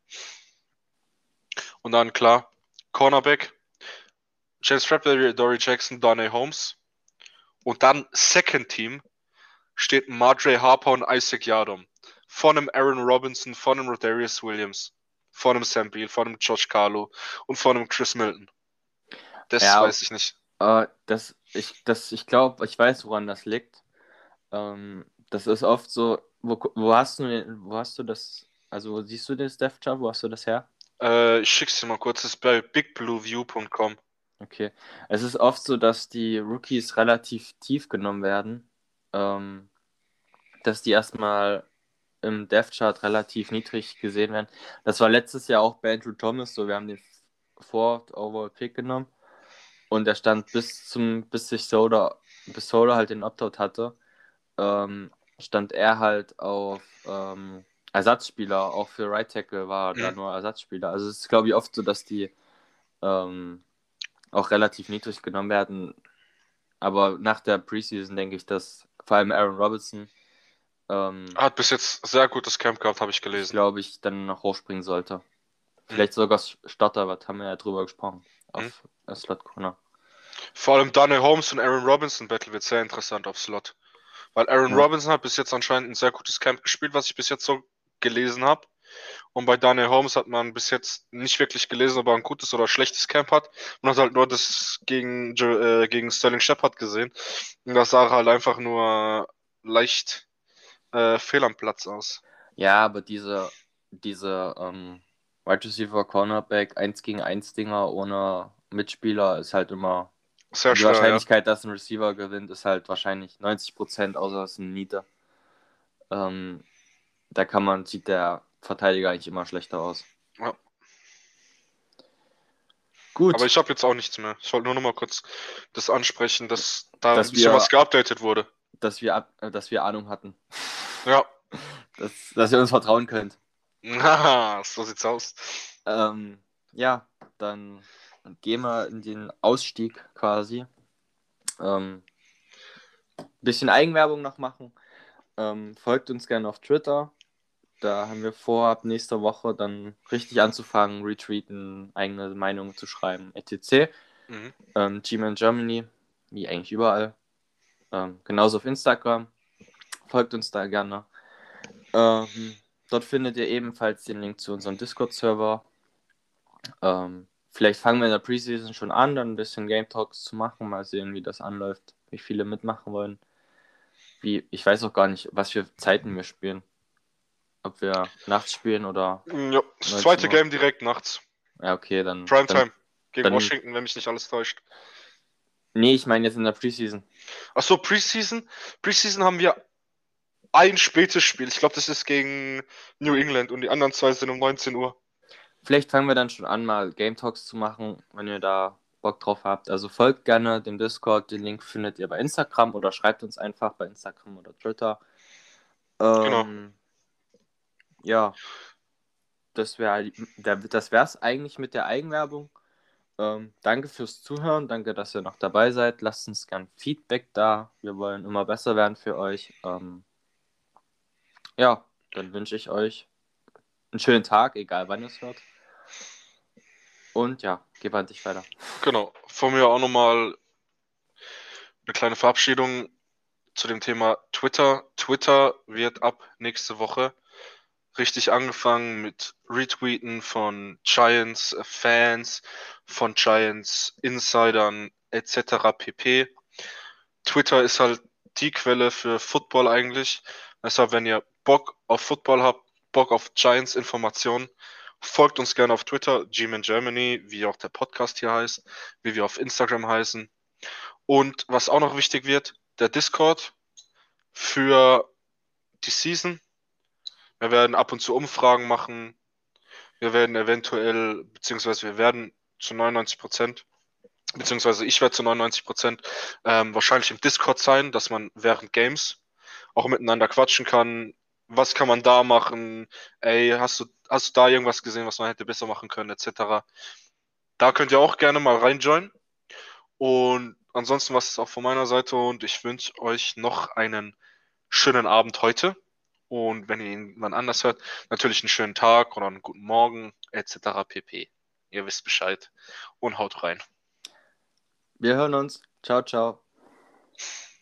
Und dann klar, Cornerback, James Bradbury, Dory Jackson, Darnay Holmes. Und dann Second Team steht Madre Harper und Isaac Yadom. Von einem Aaron Robinson, von einem Rodarius Williams, von einem Sam Beal, von einem Josh Carlo und von einem Chris Milton. Das Ja, weiß ich nicht. äh, das, ich, das, ich glaube, ich weiß, woran das liegt. Ähm, das ist oft so, wo, wo hast du, den- wo hast du das, also wo siehst du das Death Chart, wo hast du das her? Äh, ich schick's dir mal kurz, das ist bei big blue view punkt com. Okay. Es ist oft so, dass die Rookies relativ tief genommen werden, ähm, dass die erstmal im Death Chart relativ niedrig gesehen werden. Das war letztes Jahr auch bei Andrew Thomas so, wir haben den Fourth Overall Pick genommen und er stand bis zum, bis sich Soda, bis Soda halt den Opt-out hatte, ähm, stand er halt auf ähm, Ersatzspieler, auch für Right Tackle war da Mhm. nur Ersatzspieler. Also es ist, glaube ich, oft so, dass die ähm, auch relativ niedrig genommen werden. Aber nach der Preseason denke ich, dass vor allem Aaron Robinson, ähm, Hat bis jetzt sehr gutes Camp gehabt, habe ich ich gelesen. glaube, ich dann noch hochspringen sollte. Mhm. Vielleicht sogar Stotter, was haben wir ja drüber gesprochen. Mhm. Auf äh, Slot Corner. Vor allem Darnay Holmes und Aaron Robinson Battle wird sehr interessant auf Slot. Weil Aaron Ja. Robinson hat bis jetzt anscheinend ein sehr gutes Camp gespielt, was ich bis jetzt so gelesen habe. Und bei Daniel Holmes hat man bis jetzt nicht wirklich gelesen, ob er ein gutes oder schlechtes Camp hat. Man hat halt nur das gegen, Jo- äh, gegen Sterling Shepard gesehen. Und das sah halt einfach nur leicht äh, fehl am Platz aus. Ja, aber diese, diese ähm, Wide Receiver Cornerback eins gegen eins Dinger ohne Mitspieler ist halt immer. Sehr Die schwer, ja. Wahrscheinlichkeit, dass ein Receiver gewinnt, ist halt wahrscheinlich neunzig Prozent, außer es ist ein Niete. Ähm, da kann man, sieht der Verteidiger eigentlich immer schlechter aus. Ja. Aber Gut, ich habe jetzt auch nichts mehr. Ich wollte nur noch mal kurz das ansprechen, dass da ein dass bisschen was wir, geupdatet wurde. dass wir, ab- äh, dass wir Ahnung hatten. Ja. Dass, dass ihr uns vertrauen könnt. Haha, so sieht's aus. Ähm, ja, dann gehen wir in den Ausstieg quasi. Ähm, bisschen Eigenwerbung noch machen. Ähm, folgt uns gerne auf Twitter. Da haben wir vor, ab nächster Woche dann richtig anzufangen, retweeten, eigene Meinungen zu schreiben, et cetera. Mhm. Ähm, G-Man Germany, wie eigentlich überall. Ähm, genauso auf Instagram. Folgt uns da gerne. Ähm, dort findet ihr ebenfalls den Link zu unserem Discord-Server. Ähm, vielleicht fangen wir in der Preseason schon an, dann ein bisschen Game Talks zu machen. Mal sehen, wie das anläuft, wie viele mitmachen wollen. Wie, ich weiß auch gar nicht, was für Zeiten wir spielen. Ob wir nachts spielen oder Ja, das neunzehn zweite Uhr. Game direkt nachts. Ja, okay, dann, dann, Primetime gegen dann. Washington, wenn mich nicht alles täuscht. Nee, ich meine jetzt in der Preseason. Achso, Preseason. Preseason haben wir ein spätes Spiel. Ich glaube, das ist gegen New England und die anderen zwei sind um neunzehn Uhr. Vielleicht fangen wir dann schon an, mal Game Talks zu machen, wenn ihr da Bock drauf habt. Also folgt gerne dem Discord. Den Link findet ihr bei Instagram oder schreibt uns einfach bei Instagram oder Twitter. Genau. Ähm, ja, das wäre das wär's eigentlich mit der Eigenwerbung. Ähm, danke fürs Zuhören, danke, dass ihr noch dabei seid. Lasst uns gern Feedback da. Wir wollen immer besser werden für euch. Ähm, ja, dann wünsche ich euch einen schönen Tag, egal wann ihr es hört. Und ja, gib an dich weiter. Genau. Von mir auch nochmal eine kleine Verabschiedung zu dem Thema Twitter. Twitter wird ab nächste Woche richtig angefangen mit Retweeten von Giants-Fans, von Giants-Insidern et cetera pp. Twitter ist halt die Quelle für Football eigentlich. Deshalb, wenn ihr Bock auf Football habt, Bock auf Giants-Informationen, Folgt uns gerne auf Twitter, G-Man Germany, wie auch der Podcast hier heißt, wie wir auf Instagram heißen. Und was auch noch wichtig wird, der Discord für die Season. Wir werden ab und zu Umfragen machen. Wir werden eventuell, beziehungsweise wir werden zu neunundneunzig Prozent, beziehungsweise ich werde zu neunundneunzig Prozent ähm, wahrscheinlich im Discord sein, dass man während Games auch miteinander quatschen kann. Was kann man da machen? Ey, hast du, hast du da irgendwas gesehen, was man hätte besser machen können, et cetera. Da könnt ihr auch gerne mal reinjoinen. Und ansonsten war es auch von meiner Seite und ich wünsche euch noch einen schönen Abend heute. Und wenn ihr ihn wann anders hört, natürlich einen schönen Tag oder einen guten Morgen, et cetera pp. Ihr wisst Bescheid und haut rein. Wir hören uns. Ciao, ciao.